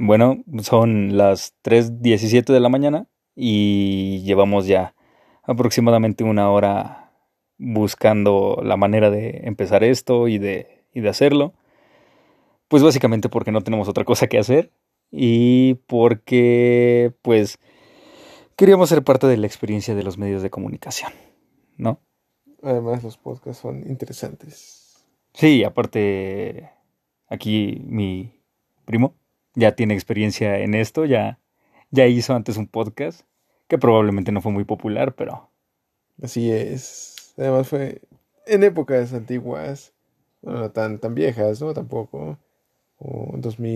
Bueno, son las 3:17 de la mañana y llevamos ya aproximadamente una hora buscando la manera de empezar esto y de hacerlo. Pues básicamente porque no tenemos otra cosa que hacer y porque pues queríamos ser parte de la experiencia de los medios de comunicación, ¿no? Además, los podcasts son interesantes. Sí, aparte aquí mi primo ya tiene experiencia en esto, ya hizo antes un podcast que probablemente no fue muy popular, pero Así es. Además fue en épocas antiguas, bueno, no tan viejas, ¿no? Tampoco. O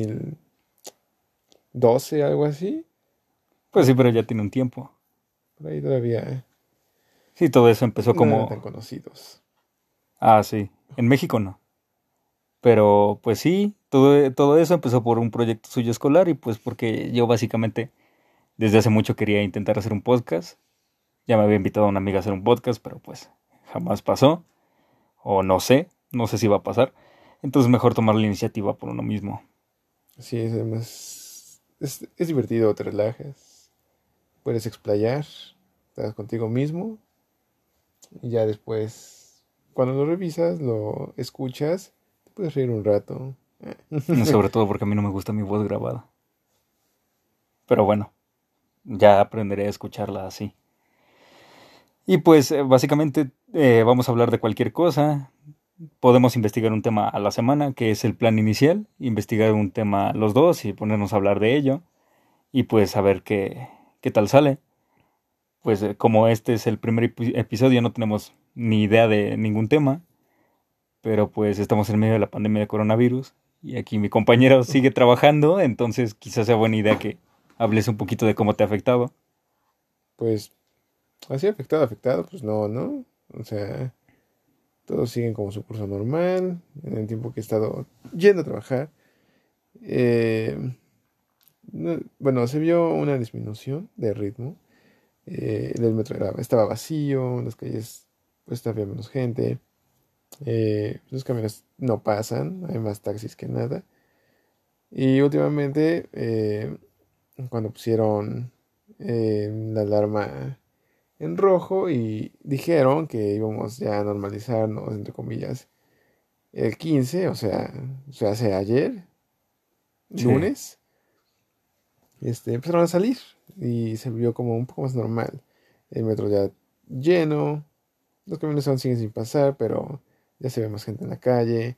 2012, algo así. pues sí, pero ya tiene un tiempo. Por ahí todavía Sí, todo eso empezó no eran tan como, conocidos. sí, en México no. Pero pues sí, todo eso empezó por un proyecto suyo escolar y pues porque yo básicamente desde hace mucho quería intentar hacer un podcast. Ya me había invitado a una amiga a hacer un podcast, pero pues jamás pasó. O no sé si va a pasar. Entonces mejor tomar la iniciativa por uno mismo. Así es, además es divertido, te relajas, puedes explayar, estás contigo mismo y ya después, cuando lo revisas, lo escuchas, te puedes reír un rato. Sobre todo porque a mí no me gusta mi voz grabada. Pero bueno, ya aprenderé a escucharla así. Y pues básicamente vamos a hablar de cualquier cosa. Podemos investigar un tema a la semana, que es el plan inicial. Investigar un tema los dos y ponernos a hablar de ello. Y pues a ver qué tal sale. Pues como este es el primer episodio, no tenemos ni idea de ningún tema. Pero pues estamos en medio de la pandemia de coronavirus. Y aquí mi compañero sigue trabajando. Entonces quizás sea buena idea que hables un poquito de cómo te ha afectado. Pues así afectado, pues no, ¿no? O sea, todos siguen como su curso normal, en el tiempo que he estado yendo a trabajar. Eh, bueno, se vio una disminución de ritmo. El metro estaba vacío, las calles pues había menos gente. Los camiones no pasan, hay más taxis que nada. Y últimamente, cuando pusieron la alarma en rojo y dijeron que íbamos ya a normalizarnos, entre comillas, el 15, o sea, hace ayer, Sí. lunes, empezaron a salir y se vio como un poco más normal. El metro ya lleno, los camiones aún siguen sin pasar, pero ya se ve más gente en la calle,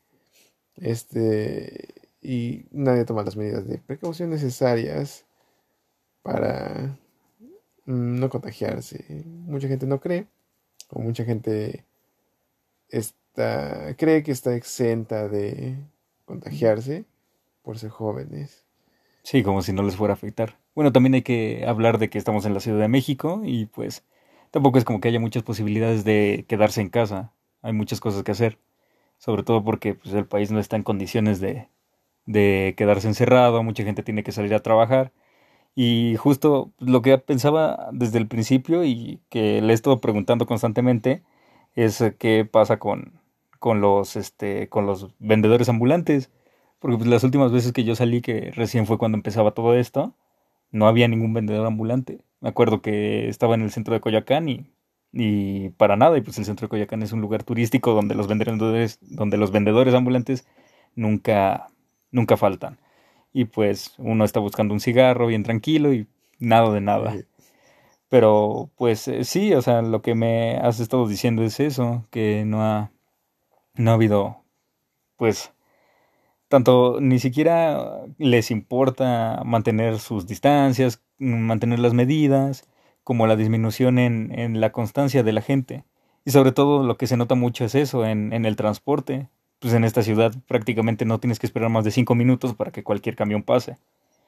y nadie toma las medidas de precaución necesarias para no contagiarse. Mucha gente no cree, o mucha gente cree que está exenta de contagiarse por ser jóvenes. Sí, como si no les fuera a afectar. Bueno, también hay que hablar de que estamos en la Ciudad de México y pues tampoco es como que haya muchas posibilidades de quedarse en casa. Hay muchas cosas que hacer, sobre todo porque pues, el país no está en condiciones de quedarse encerrado, mucha gente tiene que salir a trabajar. Y justo lo que pensaba desde el principio y que le he estado preguntando constantemente es qué pasa con los vendedores ambulantes. Porque pues, las últimas veces que yo salí, que recién fue cuando empezaba todo esto, no había ningún vendedor ambulante. Me acuerdo que estaba en el centro de Coyoacán y para nada, y pues el centro de Coyoacán es un lugar turístico donde los vendedores ambulantes nunca, nunca faltan. Y pues uno está buscando un cigarro bien tranquilo y nada de nada. Pero pues sí, o sea, lo que me has estado diciendo es eso, que no ha habido, pues, tanto ni siquiera les importa mantener sus distancias, mantener las medidas, como la disminución en la constancia de la gente. Y sobre todo lo que se nota mucho es eso, en el transporte. Pues en esta ciudad prácticamente no tienes que esperar más de 5 minutos para que cualquier camión pase.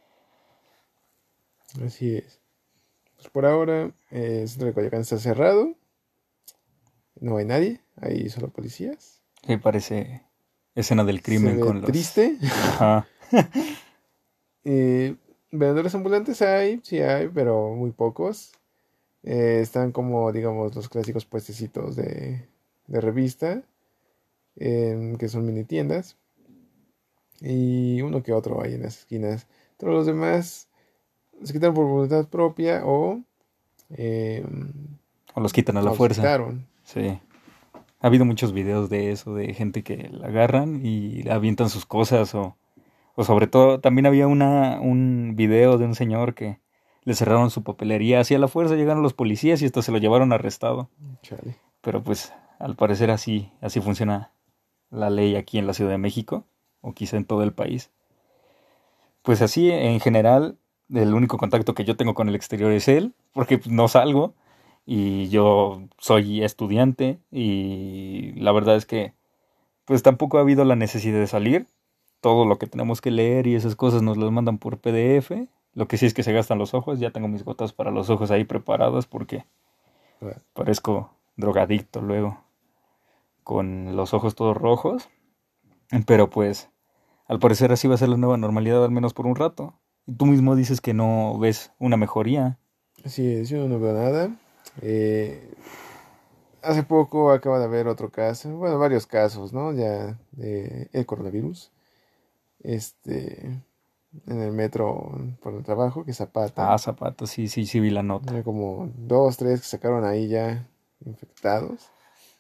Así es. Pues por ahora, el centro de Coyoacán está cerrado, no hay nadie, hay solo policías. Sí, parece escena del Se crimen ve con los... triste. Ajá. Eh, Vendedores ambulantes hay, sí hay, pero muy pocos. Están como, digamos, los clásicos puestecitos de revista, que son mini tiendas. y uno que otro ahí en las esquinas. Todos los demás se quitaron por voluntad propia eh, O los quitan a o la los fuerza. quitaron. Sí. Ha habido muchos videos de eso, de gente que la agarran y avientan sus cosas o sobre todo también había un video de un señor que le cerraron su papelería hacia la fuerza, llegaron los policías y hasta se lo llevaron arrestado. Chale. Pero pues al parecer así funciona la ley aquí en la Ciudad de México o quizá en todo el país. Pues así en general el único contacto que yo tengo con el exterior es él, porque pues, no salgo y yo soy estudiante y la verdad es que pues tampoco ha habido la necesidad de salir. Todo lo que tenemos que leer y esas cosas nos las mandan por PDF. Lo que sí es que se gastan los ojos. Ya tengo mis gotas para los ojos ahí preparadas porque Bueno, parezco drogadicto luego con los ojos todos rojos. Pero pues al parecer así va a ser la nueva normalidad al menos por un rato. Y tú mismo dices que no ves una mejoría. así es, yo no veo nada. Eh, Hace poco acaba de haber otro caso, bueno, varios casos, ¿no? Ya de el coronavirus. Este, en el metro por el trabajo, que es Zapata. Ah, zapatos, sí vi la nota. Hay como dos, tres que sacaron ahí ya infectados.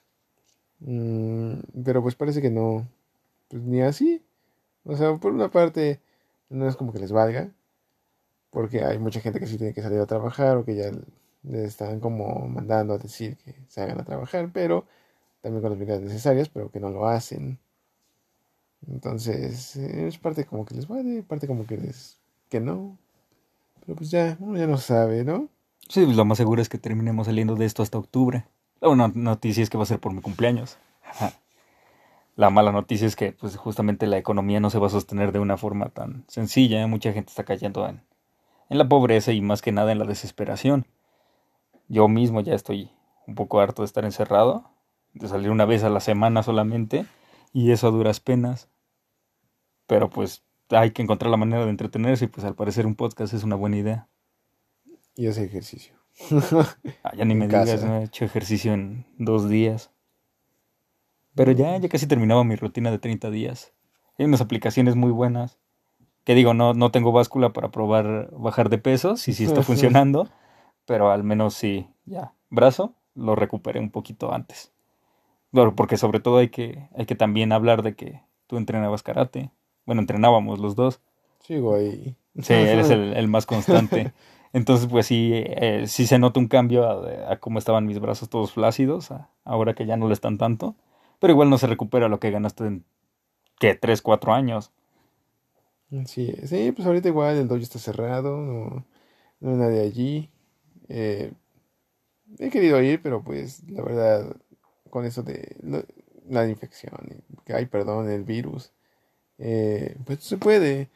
Pero pues parece que no, pues ni así. O sea, por una parte, no es como que les valga, porque hay mucha gente que sí tiene que salir a trabajar o que ya les están como mandando a decir que se hagan a trabajar, pero también con las medidas necesarias, pero que no lo hacen. Entonces, es parte como que les vale, parte como que no. Pero pues ya, uno ya no sabe, ¿no? Sí, lo más seguro es que terminemos saliendo de esto hasta octubre. La buena noticia es que va a ser por mi cumpleaños. La mala noticia es que pues justamente la economía no se va a sostener de una forma tan sencilla. Mucha gente está cayendo en la pobreza y más que nada en la desesperación. Yo mismo ya estoy un poco harto de estar encerrado, de salir una vez a la semana solamente, y eso a duras penas. Pero pues hay que encontrar la manera de entretenerse y pues al parecer un podcast es una buena idea. Y hace ejercicio. Ah, ya ni En me digas, no casa. he hecho ejercicio en 2 días. Pero ya casi terminaba mi rutina de 30 días. Hay unas aplicaciones muy buenas. Que digo, no tengo báscula para probar bajar de peso, si sí está funcionando, pero al menos sí, ya. Brazo, lo recuperé un poquito antes. Claro, porque sobre todo hay que también hablar de que tú entrenabas karate. Bueno, entrenábamos los dos. Sigo ahí. Sí, eres el más constante. Entonces, pues sí, sí se nota un cambio a cómo estaban mis brazos todos flácidos, ahora que ya no lo están tanto. Pero igual no se recupera lo que ganaste en, ¿qué? 3, 4 años. Sí, sí, pues ahorita igual el dojo está cerrado, no hay nadie allí. Eh, He querido ir, pero pues la verdad, con eso de la infección, que hay, perdón, el virus, pues no se puede.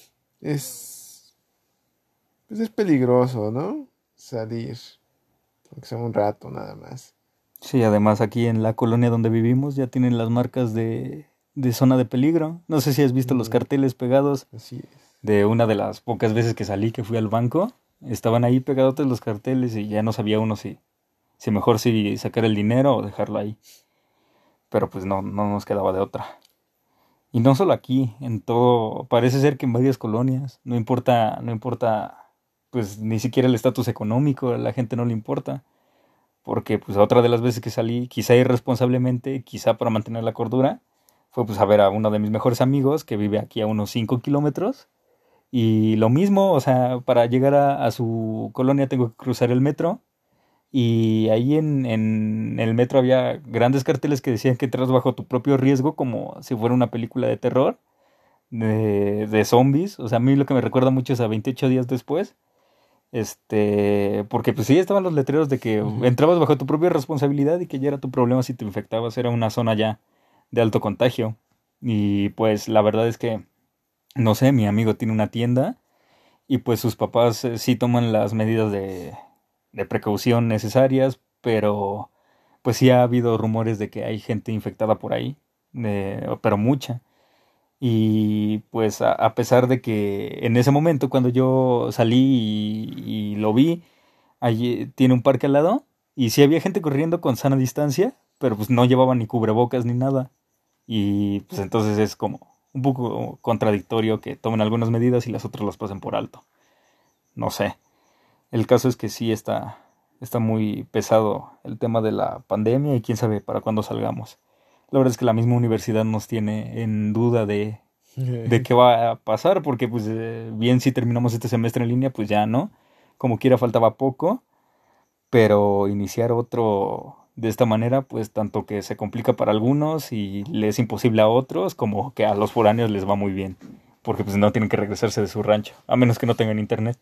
Es, pues es peligroso, ¿no? Salir, aunque sea un rato nada más. Sí, además aquí en la colonia donde vivimos ya tienen las marcas de zona de peligro. No sé si has visto los Mm, carteles pegados así es. de una de las pocas veces que salí que fui al banco. Estaban ahí pegados los carteles y ya no sabía uno si mejor si sacar el dinero o dejarlo ahí. Pero pues no nos quedaba de otra. Y no solo aquí, en todo, parece ser que en varias colonias, no importa, pues ni siquiera el estatus económico, a la gente no le importa. Porque pues otra de las veces que salí, quizá irresponsablemente, quizá para mantener la cordura, fue pues a ver a uno de mis mejores amigos que vive aquí a unos 5 kilómetros. Y lo mismo, o sea, para llegar a su colonia tengo que cruzar el metro. Y ahí en el metro había grandes carteles que decían que entras bajo tu propio riesgo, como si fuera una película de terror, de zombies. O sea, a mí lo que me recuerda mucho es a 28 días después. Porque pues sí estaban los letreros de que Ujú. entrabas bajo tu propia responsabilidad y que ya era tu problema si te infectabas, era una zona ya de alto contagio. Y pues la verdad es que, no sé, mi amigo tiene una tienda y pues sus papás sí toman las medidas de precaución necesarias, pero pues sí ha habido rumores de que hay gente infectada por ahí, pero mucha. Y pues a pesar de que en ese momento cuando yo salí y lo vi, allí tiene un parque al lado y sí había gente corriendo con sana distancia, pero pues no llevaban ni cubrebocas ni nada. Y pues entonces es como, un poco contradictorio que tomen algunas medidas y las otras las pasen por alto. No sé. El caso es que sí está muy pesado el tema de la pandemia y quién sabe para cuándo salgamos. La verdad es que la misma universidad nos tiene en duda de qué va a pasar, porque pues bien si terminamos este semestre en línea, pues ya no. Como quiera faltaba poco, pero iniciar otro de esta manera, pues tanto que se complica para algunos y le es imposible a otros, como que a los foráneos les va muy bien, porque pues no tienen que regresarse de su rancho, a menos que no tengan internet.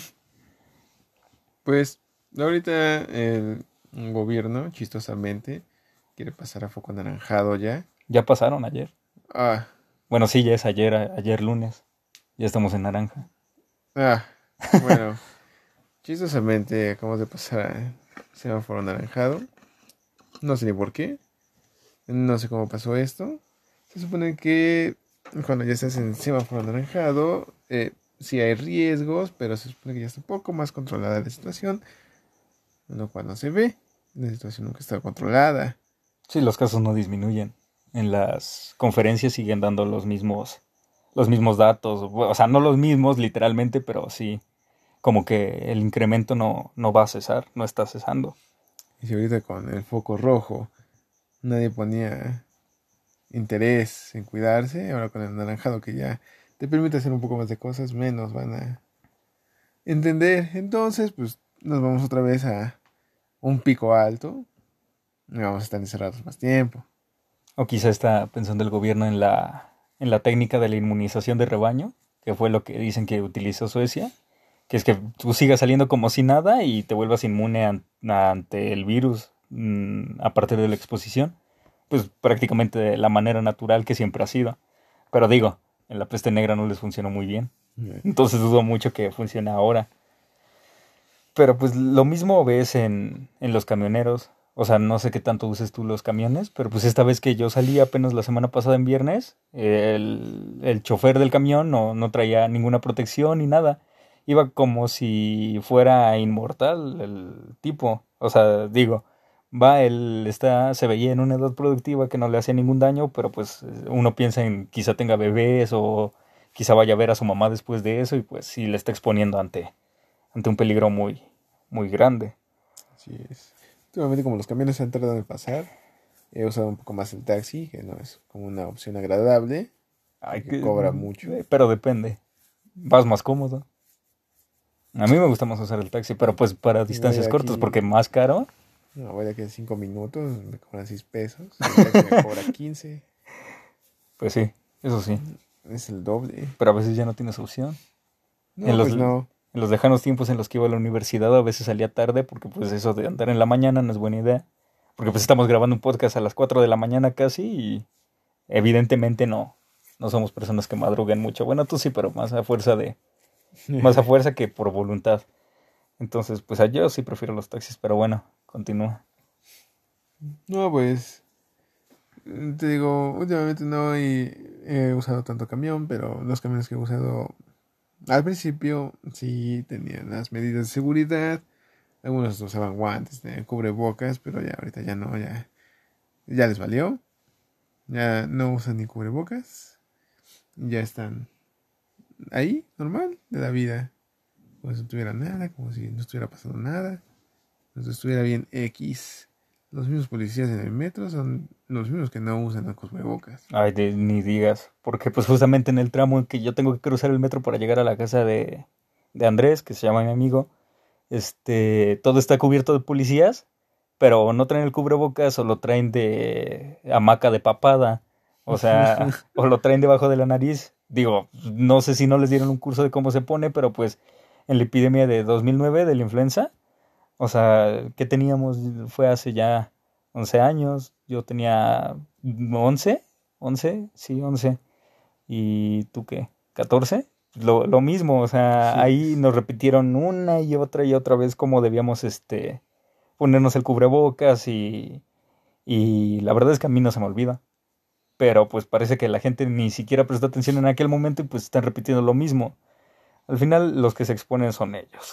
Pues ahorita el gobierno, chistosamente, quiere pasar a foco anaranjado ya. Ya pasaron ayer. Ah, Bueno, sí, ya es ayer lunes. Ya estamos en naranja. ah, bueno, chistosamente acabamos de pasar a semáforo anaranjado. No sé ni por qué. No sé cómo pasó esto. Se supone que cuando ya estás en semáforo anaranjado, sí hay riesgos, pero se supone que ya está un poco más controlada la situación. Lo cual no se ve. La situación nunca está controlada. Sí, los casos no disminuyen. En las conferencias siguen dando los mismos datos. O sea, no los mismos literalmente, pero sí, como que el incremento no va a cesar, no está cesando. Y si ahorita con el foco rojo nadie ponía interés en cuidarse, ahora con el anaranjado que ya te permite hacer un poco más de cosas, menos van a entender. Entonces, pues nos vamos otra vez a un pico alto y vamos a estar encerrados más tiempo. O quizá está pensando el gobierno en la técnica de la inmunización de rebaño, que fue lo que dicen que utilizó Suecia, que es que tú sigas saliendo como si nada y te vuelvas inmune ante el virus a partir de la exposición, pues prácticamente de la manera natural que siempre ha sido. Pero digo, en la peste negra no les funcionó muy bien, entonces dudo mucho que funcione ahora. Pero pues lo mismo ves en los camioneros. O sea, no sé qué tanto uses tú los camiones, pero pues esta vez que yo salí apenas la semana pasada en viernes, el chofer del camión no traía ninguna protección ni nada. Iba como si fuera inmortal el tipo. O sea, digo, se veía en una edad productiva que no le hacía ningún daño, pero pues uno piensa en quizá tenga bebés o quizá vaya a ver a su mamá después de eso y pues sí le está exponiendo ante un peligro muy grande. Así es. Últimamente, como los camiones se han tardado en pasar, he usado un poco más el taxi, que no es como una opción agradable, Ay, porque cobra mucho. pero depende. Vas más cómodo. A mí me gusta más usar el taxi, pero pues para Voy distancias de cortas, porque aquí, más caro. no, voy de aquí a 5 minutos, me cobran 6 pesos, y el taxi me cobra 15, Pues sí, eso sí. es el doble. Pero a veces ya no tienes opción. En No, los, pues en no. los lejanos tiempos en los que iba a la universidad, a veces salía tarde, porque pues eso de andar en la mañana no es buena idea. Porque pues estamos grabando un podcast a las 4 de la mañana casi y evidentemente no somos personas que madruguen mucho. Bueno, tú sí, pero más a fuerza que por voluntad. Entonces, pues yo sí prefiero los taxis, pero bueno, continúa. No, pues te digo, últimamente no he usado tanto camión, pero los camiones que he usado al principio sí tenían las medidas de seguridad. Algunos usaban guantes, tenían cubrebocas, pero ya ahorita ya no, ya les valió. Ya no usan ni cubrebocas. Ya están ahí, normal, de la vida. Como si no tuviera nada, como si no estuviera pasando nada. Como si estuviera bien X. Los mismos policías en el metro son los mismos que no usan los cubrebocas. Ay, ni digas, porque pues justamente en el tramo en que yo tengo que cruzar el metro para llegar a la casa de Andrés, que se llama mi amigo, todo está cubierto de policías, pero no traen el cubrebocas o lo traen de hamaca de papada, o sea, o lo traen debajo de la nariz. Digo, no sé si no les dieron un curso de cómo se pone, pero pues en la epidemia de 2009 de la influenza, o sea, ¿qué teníamos? Fue hace ya 11 años, yo tenía 11, sí, 11. ¿Y tú qué? ¿14? Lo mismo, o sea, Sí, ahí nos repitieron una y otra vez cómo debíamos ponernos el cubrebocas y la verdad es que a mí no se me olvida. Pero pues parece que la gente ni siquiera prestó atención en aquel momento y pues están repitiendo lo mismo. Al final los que se exponen son ellos.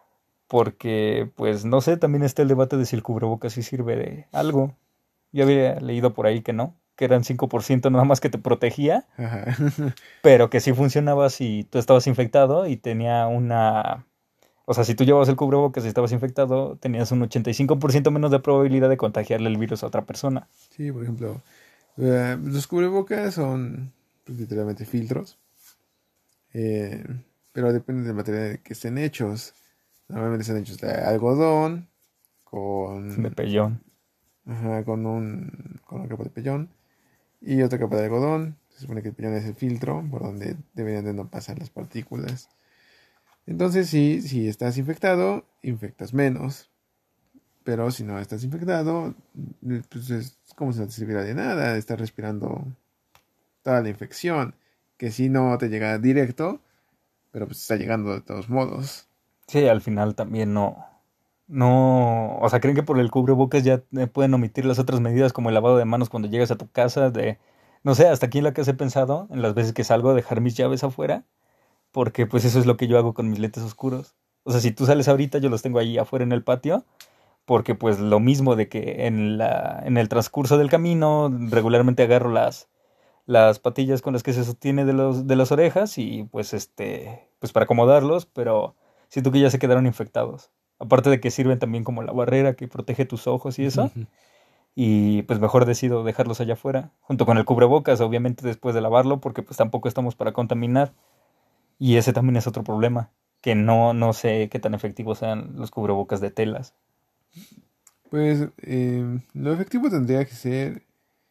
Porque pues no sé, también está el debate de si el cubrebocas sí sirve de algo. Yo había leído por ahí que no. que eran 5% nada más que te protegía, Ajá. pero que sí funcionaba si tú estabas infectado y tenía una... O sea, si tú llevabas el cubrebocas y estabas infectado, tenías un 85% menos de probabilidad de contagiarle el virus a otra persona. Sí, por ejemplo, los cubrebocas son pues, literalmente filtros, eh, pero depende del material de que estén hechos. Normalmente están hechos de algodón, De con, pellón. ajá, con una capa de pellón y otra capa de algodón. Se supone que el pellón es el filtro por donde deberían de no pasar las partículas. Entonces, sí, si estás infectado, infectas menos. Pero si no estás infectado, pues es como si no te sirviera de nada. Estás respirando toda la infección. Que si no te llega directo, pero pues está llegando de todos modos. Sí, al final también no... No, o sea, creen que por el cubrebocas ya pueden omitir las otras medidas como el lavado de manos cuando llegas a tu casa, de, no sé, hasta aquí en la casa he pensado, en las veces que salgo, dejar mis llaves afuera, porque pues eso es lo que yo hago con mis lentes oscuros. O sea, si tú sales ahorita, yo los tengo ahí afuera en el patio, porque pues lo mismo de que en el transcurso del camino regularmente agarro las patillas con las que se sostiene de las orejas y pues pues para acomodarlos, pero siento que ya se quedaron infectados. Aparte de que sirven también como la barrera que protege tus ojos y eso. Y pues mejor decido dejarlos allá afuera, junto con el cubrebocas, obviamente después de lavarlo, porque pues tampoco estamos para contaminar. Y ese también es otro problema, que no sé qué tan efectivos sean los cubrebocas de telas. Pues lo efectivo tendría que ser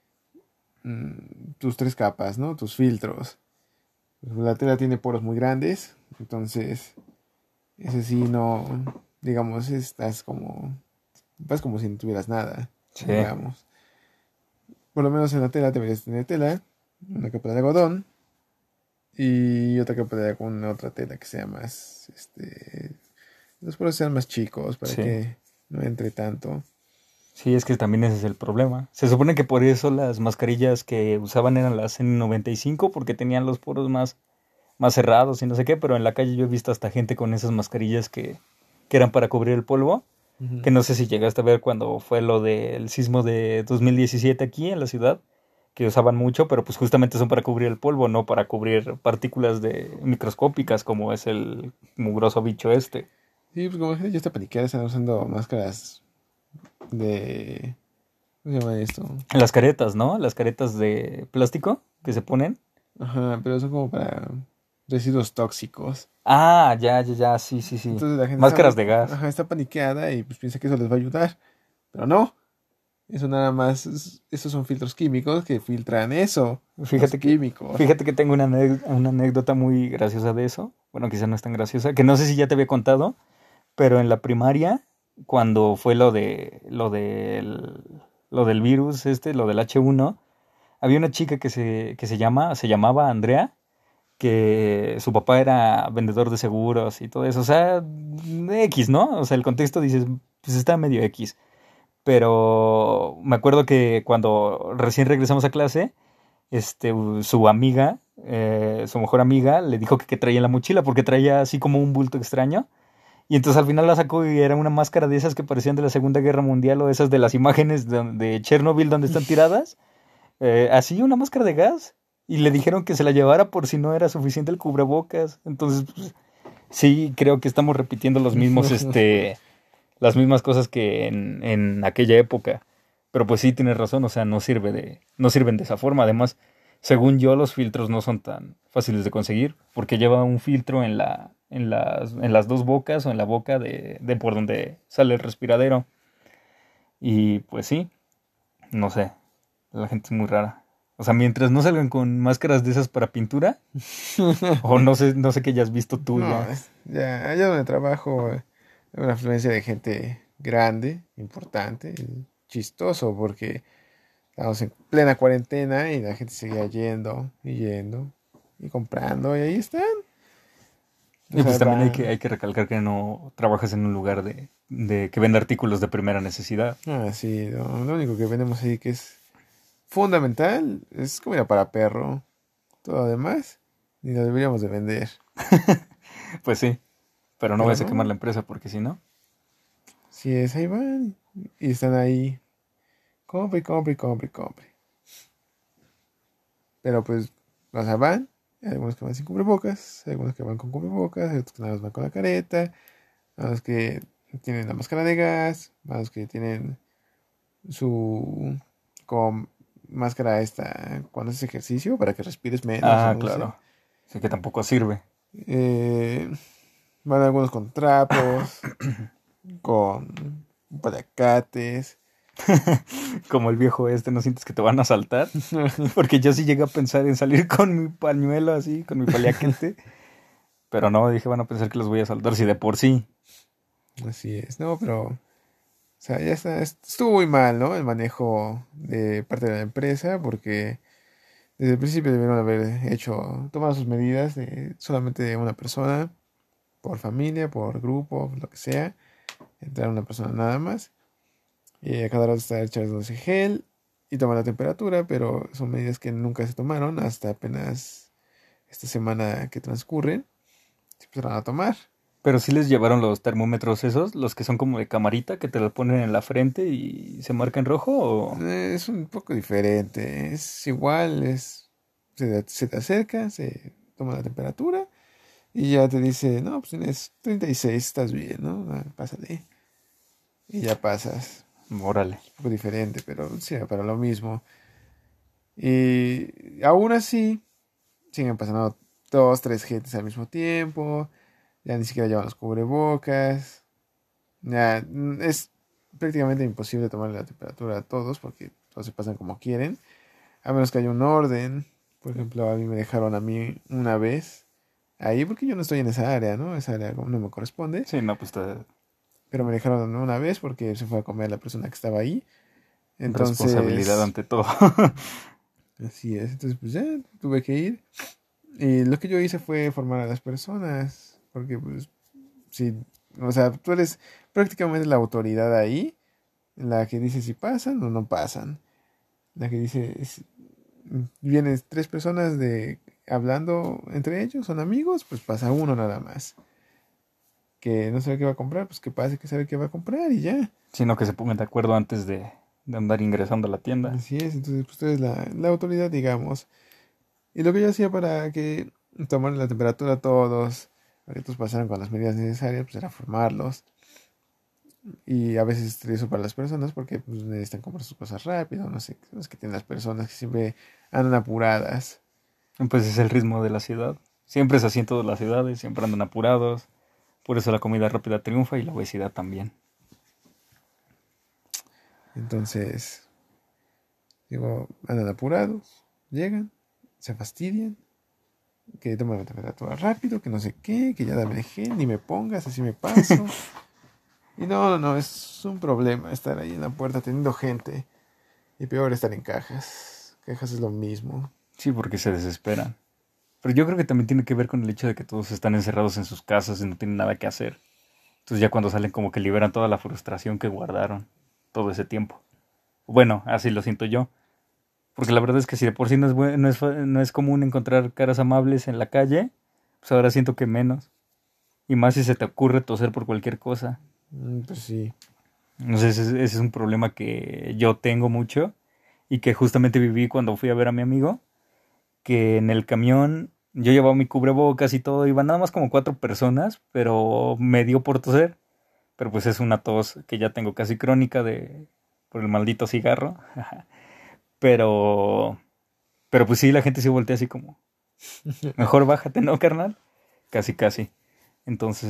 tus tres capas, ¿no? Tus filtros. La tela tiene poros muy grandes, entonces ese sí no, digamos, vas como si no tuvieras nada, Sí, digamos. Por lo menos en la tela deberías tener tela, una capa de algodón y otra capa de alguna otra tela que sea más, los poros sean más chicos para sí. que no entre tanto. Sí, es que también ese es el problema. Se supone que por eso las mascarillas que usaban eran las N95 porque tenían los poros más cerrados y no sé qué, pero en la calle yo he visto hasta gente con esas mascarillas que eran para cubrir el polvo, Ujú. que no sé si llegaste a ver cuando fue lo del sismo de 2017 aquí en la ciudad, que usaban mucho, pero pues justamente son para cubrir el polvo, no para cubrir partículas de microscópicas como es el mugroso bicho este. Sí, pues como la gente ya está paniqueada, están usando máscaras de... ¿Cómo se llama esto? Las caretas, ¿no? Las caretas de plástico que se ponen. Ajá, pero son como para residuos tóxicos. Ah, ya, sí, sí, sí. Entonces la gente Máscaras de gas. ajá, está paniqueada y pues piensa que eso les va a ayudar. Pero no, eso nada más, esos son filtros químicos que filtran eso, los Fíjate que, químicos. fíjate que tengo una anécdota muy graciosa de eso. Bueno, quizá no es tan graciosa, que no sé si ya te había contado, pero en la primaria, cuando fue lo del virus lo del H1, había una chica se llamaba Andrea, que su papá era vendedor de seguros y todo eso. O sea, X, ¿no? O sea, el contexto dices, pues está medio X. Pero me acuerdo que cuando recién regresamos a clase, su amiga, su mejor amiga, le dijo que traía en la mochila porque traía así como un bulto extraño. Y entonces al final la sacó y era una máscara de esas que parecían de la Segunda Guerra Mundial o esas de las imágenes de Chernobyl donde están tiradas. Así una máscara de gas. Y le dijeron que se la llevara por si no era suficiente el cubrebocas. Entonces, pues, sí, creo que estamos repitiendo las mismas cosas que en aquella época. Pero pues sí, tienes razón, o sea, no sirven de esa forma. Además, según yo, los filtros no son tan fáciles de conseguir, porque lleva un filtro en las dos bocas o en la boca de por donde sale el respiradero. Y pues sí, no sé, la gente es muy rara. O sea, mientras no salgan con máscaras de esas para pintura, o no sé qué hayas visto tú No, ya. ya allá donde trabajo hay una afluencia de gente grande, importante, y chistoso porque estamos en plena cuarentena y la gente seguía yendo y comprando y ahí están. O Y sea, pues también van. hay que recalcar que no trabajas en un lugar de que vende artículos de primera necesidad. Ah, sí, lo único que vendemos ahí que es fundamental es comida para perro. Todo lo demás ni lo deberíamos de vender. Pues sí, pero no Pero vayas a quemar no, la empresa porque si no. si es ahí van y están ahí. Compre, compre, compre, compre. Pero pues, o sea, van. Hay algunos que van sin cubrebocas, hay algunos que van con cubrebocas, hay otros que nada más van con la careta, hay los que tienen la máscara de gas, hay los que tienen su con máscara esta cuando haces ejercicio para que respires menos o Ah, no sé. claro. Sí que tampoco sirve. Eh, Van algunos con trapos, con paliacates. Como el viejo este, ¿no sientes que te van a asaltar? Porque yo sí llegué a pensar en salir con mi pañuelo así, con mi paliacate. Pero no, dije, van a pensar que los voy a asaltar si de por sí. Así es, no, pero, o sea, ya está, estuvo muy mal, ¿no? El manejo de parte de la empresa, porque desde el principio debieron haber tomado sus medidas de solamente de una persona, por familia, por grupo, lo que sea, entrar una persona nada más, y a cada rato estar echándose gel y tomar la temperatura, pero son medidas que nunca se tomaron hasta apenas esta semana que transcurre, se empezaron a tomar. Pero sí les llevaron los termómetros esos, los que son como de camarita, que te lo ponen en la frente y se marca en rojo o... Es un poco diferente, es igual, se te acerca, se toma la temperatura y ya te dice, no, pues tienes 36, estás bien, ¿no? Ah, pásale. Y ya pasas. Órale. Es un poco diferente, pero sí, para lo mismo. Y aún así, siguen pasando dos, tres gentes al mismo tiempo. Ya ni siquiera llevan los cubrebocas. Ya es prácticamente imposible tomarle la temperatura a todos porque todos se pasan como quieren. A menos que haya un orden. Por ejemplo, a mí me dejaron a mí una vez ahí porque yo no estoy en esa área, ¿no? Esa área no me corresponde. Sí, no, pues Pero me dejaron una vez porque se fue a comer la persona que estaba ahí. responsabilidad Entonces, ante todo. así es. Entonces, pues ya tuve que ir. Y lo que yo hice fue formar a las personas. Porque, pues, sí, o sea, tú eres prácticamente la autoridad ahí. La que dice si pasan o no pasan. La que dice, vienes tres personas de hablando entre ellos, son amigos, pues pasa uno nada más. Que no sabe qué va a comprar, pues que pase que sabe qué va a comprar y ya. Sino que se pongan de acuerdo antes de andar ingresando a la tienda. Así es, entonces pues tú eres la autoridad, digamos. Y lo que yo hacía para que tomaran la temperatura a todos, para que todos pasaran con las medidas necesarias, pues era formarlos. Y a veces es eso para las personas porque pues, necesitan comprar sus cosas rápido, no sé, es que tienen las personas que siempre andan apuradas. Pues es el ritmo de la ciudad. Siempre es así en todas las ciudades, siempre andan apurados. Por eso la comida rápida triunfa y la obesidad también. Entonces, digo, andan apurados, llegan, se fastidian, que toman la temperatura rápido, que no sé qué, que ya dame gel, ni me pongas, así me paso. Y no, no, no, es un problema estar ahí en la puerta teniendo gente. Y peor estar en cajas. Cajas es lo mismo. Sí, porque se desesperan. Pero yo creo que también tiene que ver con el hecho de que todos están encerrados en sus casas y no tienen nada que hacer. Entonces ya cuando salen como que liberan toda la frustración que guardaron todo ese tiempo. Bueno, así lo siento yo. Porque la verdad es que si de por sí no es común encontrar caras amables en la calle, pues ahora siento que menos. Y más si se te ocurre toser por cualquier cosa. Pues sí. No sé, ese es un problema que yo tengo mucho y que justamente viví cuando fui a ver a mi amigo, que en el camión yo llevaba mi cubrebocas y todo, iban nada más como cuatro personas, pero me dio por toser. Pero pues es una tos que ya tengo casi crónica por el maldito cigarro. Pero, pero pues sí, la gente se voltea así como, mejor bájate, ¿no, carnal? Casi, casi. Entonces,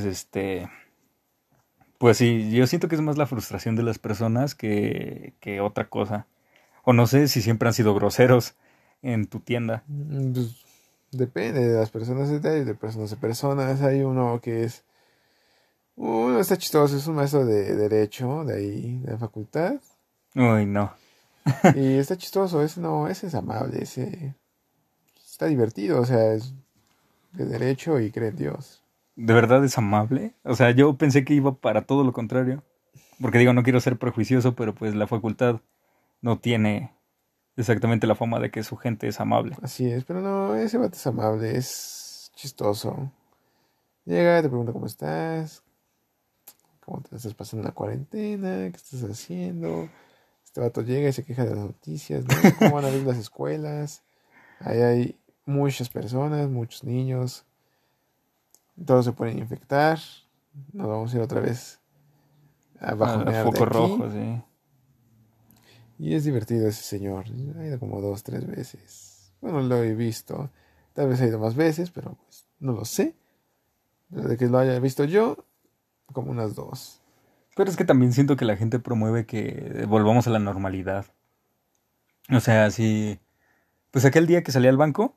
pues sí, yo siento que es más la frustración de las personas que otra cosa. O no sé si siempre han sido groseros en tu tienda. Pues depende de las personas, de personas a personas. Hay uno que es. Uno está chistoso, es un maestro de derecho de ahí, de la facultad. Uy, no. Y está chistoso, ese no, ese es amable, ese está divertido, o sea, es de derecho y cree en Dios. ¿De verdad es amable? O sea, yo pensé que iba para todo lo contrario. Porque digo, no quiero ser prejuicioso, pero pues la facultad no tiene exactamente la fama de que su gente es amable. Así es, pero no, ese vato es amable, es chistoso. Llega, te pregunta cómo estás, cómo te estás pasando la cuarentena, qué estás haciendo. Este vato llega y se queja de las noticias, ¿no? ¿Cómo van a abrir las escuelas? Ahí hay muchas personas, muchos niños. Todos se pueden infectar. Nos vamos a ir otra vez a A bajonear de foco aquí. rojo, sí. Y es divertido ese señor. Ha ido como 2, 3 veces. Bueno, lo he visto. Tal vez ha ido más veces, pero pues no lo sé. Pero de que lo haya visto yo, como unas dos. Pero es que también siento que la gente promueve que volvamos a la normalidad. O sea, si... Pues aquel día que salí al banco,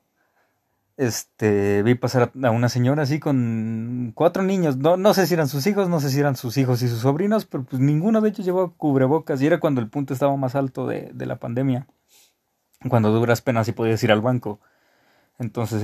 vi pasar a una señora así con 4 niños. No, no sé si eran sus hijos, no sé si eran sus hijos y sus sobrinos, pero pues ninguno de ellos llevaba cubrebocas. Y era cuando el punto estaba más alto de la pandemia. Cuando duras penas y podías ir al banco. Entonces,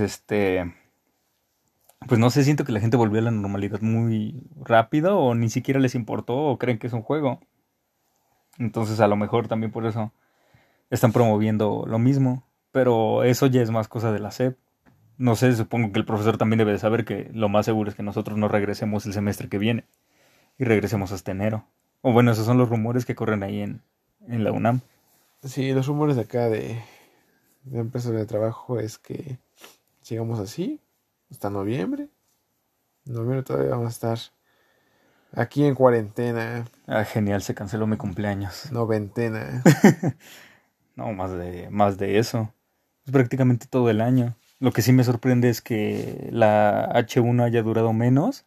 pues no sé, siento que la gente volvió a la normalidad muy rápido o ni siquiera les importó o creen que es un juego. Entonces a lo mejor también por eso están promoviendo lo mismo. Pero eso ya es más cosa de la SEP. No sé, supongo que el profesor también debe de saber que lo más seguro es que nosotros no regresemos el semestre que viene y regresemos hasta enero. O bueno, esos son los rumores que corren ahí en la UNAM. Sí, los rumores de acá de empresas de trabajo es que sigamos así hasta noviembre. En noviembre todavía vamos a estar aquí en cuarentena, Ah, genial, se canceló mi cumpleaños. noventena. No, más de eso. Es prácticamente todo el año. Lo que sí me sorprende es que la H1 haya durado menos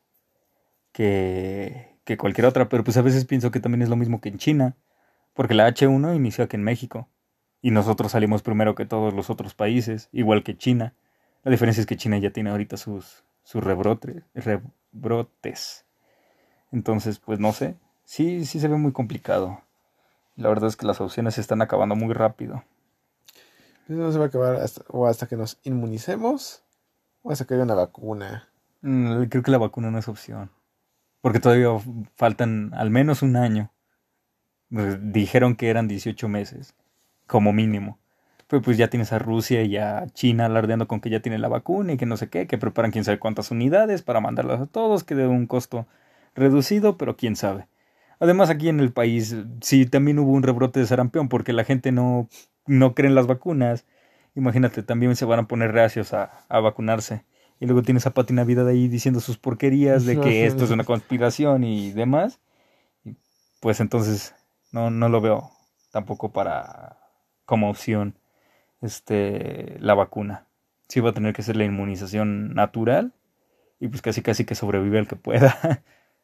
que cualquier otra, pero pues a veces pienso que también es lo mismo que en China, porque la H1 inició aquí en México y nosotros salimos primero que todos los otros países, igual que China. La diferencia es que China ya tiene ahorita sus rebrotes. Entonces, pues no sé. Sí, sí se ve muy complicado. La verdad es que las opciones se están acabando muy rápido. No se va a acabar o hasta que nos inmunicemos o hasta que haya una vacuna. Creo que la vacuna no es opción. Porque todavía faltan al menos un año. Dijeron que eran 18 meses, como mínimo. Pero pues ya tienes a Rusia y a China alardeando con que ya tienen la vacuna y que no sé qué, que preparan quién sabe cuántas unidades para mandarlas a todos, que de un costo reducido, pero quién sabe. Además aquí en el país sí también hubo un rebrote de sarampión porque la gente no cree en las vacunas. Imagínate, también se van a poner reacios a vacunarse. Y luego tienes a Pati Navidad ahí diciendo sus porquerías de que esto es una conspiración y demás. Y pues entonces no lo veo tampoco para como opción la vacuna. Sí va a tener que ser la inmunización natural y pues casi casi que sobrevive el que pueda.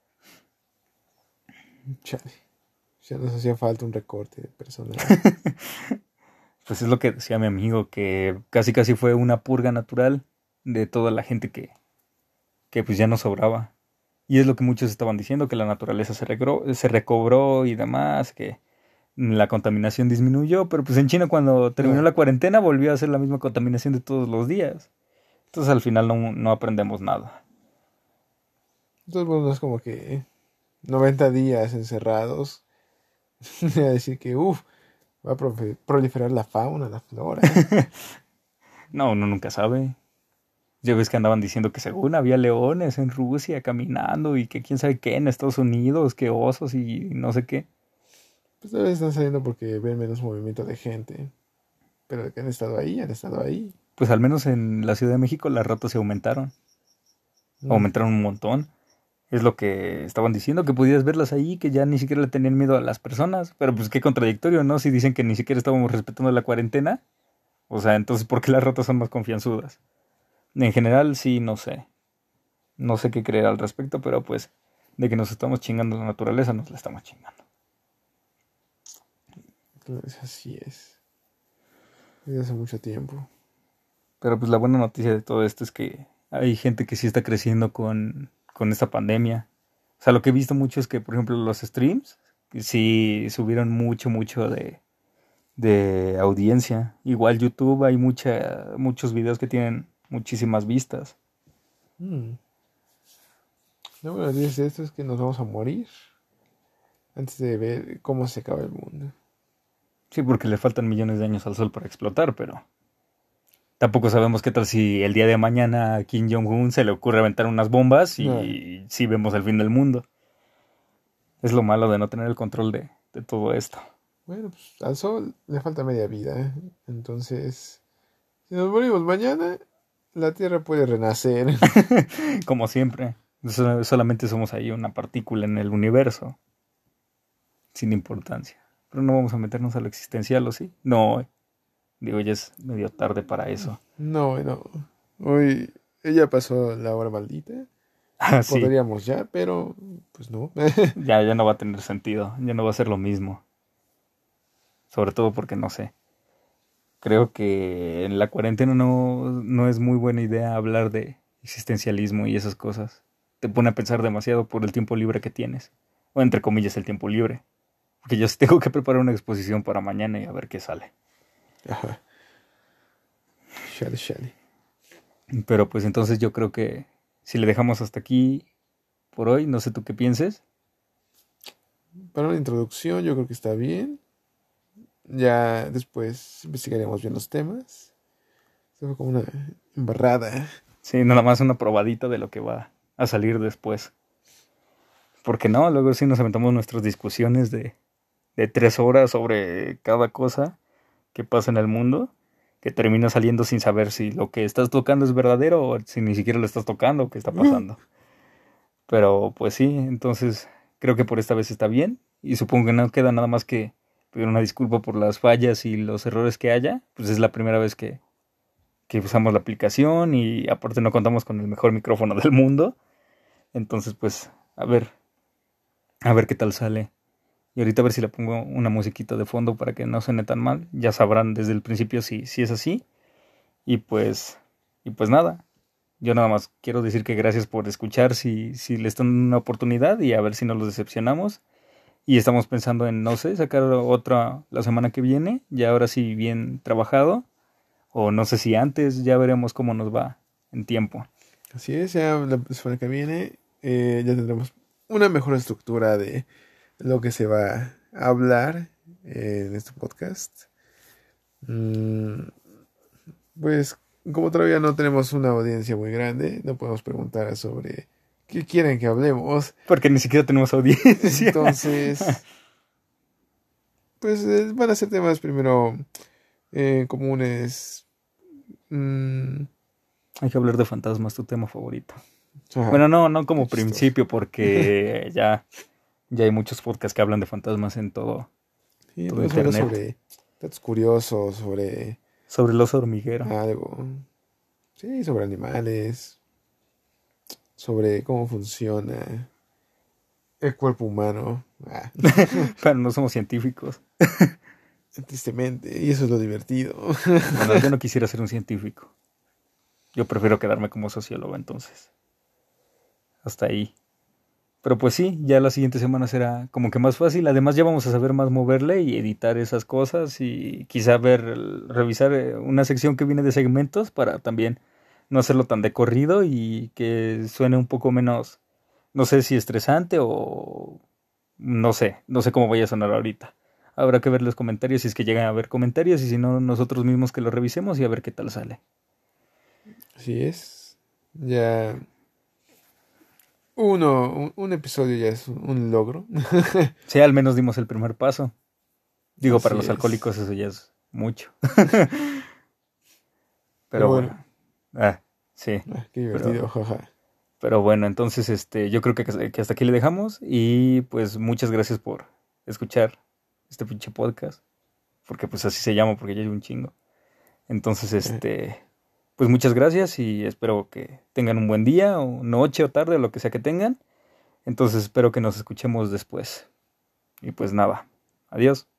Chale, ya nos hacía falta un recorte de personal. Pues es lo que decía mi amigo, que casi casi fue una purga natural de toda la gente que pues ya no sobraba. Y es lo que muchos estaban diciendo, que la naturaleza se recobró y demás, que la contaminación disminuyó, pero pues en China cuando terminó No, la cuarentena volvió a ser la misma contaminación de todos los días. Entonces al final no aprendemos nada. entonces bueno, no es como que 90 días encerrados. A decir que, va a proliferar la fauna, la flora. No, uno nunca sabe. Ya ves que andaban diciendo que según había leones en Rusia caminando y que quién sabe qué en Estados Unidos, que osos y no sé qué. Pues tal vez están saliendo porque ven menos movimiento de gente. Pero de que han estado ahí, han estado ahí. Pues al menos en la Ciudad de México las ratas se aumentaron. Mm, Aumentaron un montón. Es lo que estaban diciendo, que podías verlas ahí, que ya ni siquiera le tenían miedo a las personas. Pero pues qué contradictorio, ¿no? Si dicen que ni siquiera estábamos respetando la cuarentena. O sea, entonces, ¿por qué las ratas son más confianzudas? En general, sí, no sé. No sé qué creer al respecto, pero pues de que nos estamos chingando la naturaleza, nos la estamos chingando. entonces así es. Desde hace mucho tiempo. Pero pues la buena noticia de todo esto es que hay gente que sí está creciendo con esta pandemia. O sea, lo que he visto mucho es que, por ejemplo, los streams sí subieron mucho de audiencia. Igual YouTube hay muchos videos que tienen muchísimas vistas. Mm. Lo bueno de esto es que nos vamos a morir antes de ver cómo se acaba el mundo. Sí, porque le faltan millones de años al sol para explotar, pero tampoco sabemos qué tal si el día de mañana a Kim Jong-un se le ocurre aventar unas bombas No, y sí vemos el fin del mundo. Es lo malo de no tener el control de todo esto. bueno, pues al sol le falta media vida. Entonces, Si nos morimos mañana, la Tierra puede renacer. Como siempre. Solamente somos ahí una partícula en el universo. Sin importancia. Pero no vamos a meternos a lo existencial, ¿o sí? No, digo, ya es medio tarde para eso. No, no. Hoy ya pasó la hora maldita. Ah, sí. Podríamos ya, pero pues no. Ya no va a tener sentido. Ya no va a ser lo mismo. Sobre todo porque no sé. Creo que en la cuarentena no es muy buena idea hablar de existencialismo y esas cosas. Te pone a pensar demasiado por el tiempo libre que tienes. O entre comillas el tiempo libre. Porque yo sí tengo que preparar una exposición para mañana y a ver qué sale. Ajá. Chale. Pero pues entonces yo creo que si le dejamos hasta aquí por hoy, no sé tú qué pienses. Para una introducción yo creo que está bien. Ya después investigaremos bien los temas. Esto fue como una embarrada. Sí, nada más una probadita de lo que va a salir después. Porque no, luego sí nos aventamos nuestras discusiones de 3 horas sobre cada cosa que pasa en el mundo, que termina saliendo sin saber si lo que estás tocando es verdadero o si ni siquiera lo estás tocando o qué está pasando. Pero pues sí, entonces creo que por esta vez está bien y supongo que no queda nada más que pedir una disculpa por las fallas y los errores que haya. Pues es la primera vez que usamos la aplicación y aparte no contamos con el mejor micrófono del mundo. Entonces pues a ver qué tal sale. Y ahorita a ver si le pongo una musiquita de fondo para que no suene tan mal. Ya sabrán desde el principio si es así. Y pues nada. Yo nada más quiero decir que gracias por escuchar si les dan una oportunidad y a ver si no los decepcionamos. Y estamos pensando en, no sé, sacar otra la semana que viene. Ya ahora sí bien trabajado. O no sé si antes, ya veremos cómo nos va en tiempo. Así es, ya la semana que viene ya tendremos una mejor estructura de lo que se va a hablar en este podcast. Pues como todavía no tenemos una audiencia muy grande, no podemos preguntar sobre qué quieren que hablemos. Porque ni siquiera tenemos audiencia. Entonces, pues van a ser temas primero comunes. Hay que hablar de fantasmas, tu tema favorito. Ajá, Bueno, no como qué chistoso. principio, porque ya hay muchos podcasts que hablan de fantasmas en todo Sí, vamos a hablar internet. sobre datos curiosos, sobre Sobre el oso hormiguero. algo. Sí, sobre animales, sobre cómo funciona el cuerpo humano. Pero no somos científicos. Tristemente, y eso es lo divertido. Bueno, yo no quisiera ser un científico. Yo prefiero quedarme como sociólogo, entonces. Hasta ahí. Pero pues sí, ya la siguiente semana será como que más fácil. Además ya vamos a saber más moverle y editar esas cosas y quizá revisar una sección que viene de segmentos para también no hacerlo tan de corrido y que suene un poco menos, no sé si estresante o no sé cómo vaya a sonar ahorita. Habrá que ver los comentarios si es que llegan a haber comentarios y si no nosotros mismos que lo revisemos y a ver qué tal sale. Así es. Ya un episodio ya es un logro. Sí, al menos dimos el primer paso. Digo, para Así los es. alcohólicos eso ya es mucho. Pero Pero bueno, bueno. Sí. qué divertido, Pero, jaja. pero bueno, entonces yo creo que hasta aquí le dejamos. Y pues muchas gracias por escuchar este pinche podcast. Porque pues así se llama, porque ya hay un chingo. Entonces, pues muchas gracias y espero que tengan un buen día, o noche, o tarde, o lo que sea que tengan. Entonces espero que nos escuchemos después. Y pues nada. Adiós.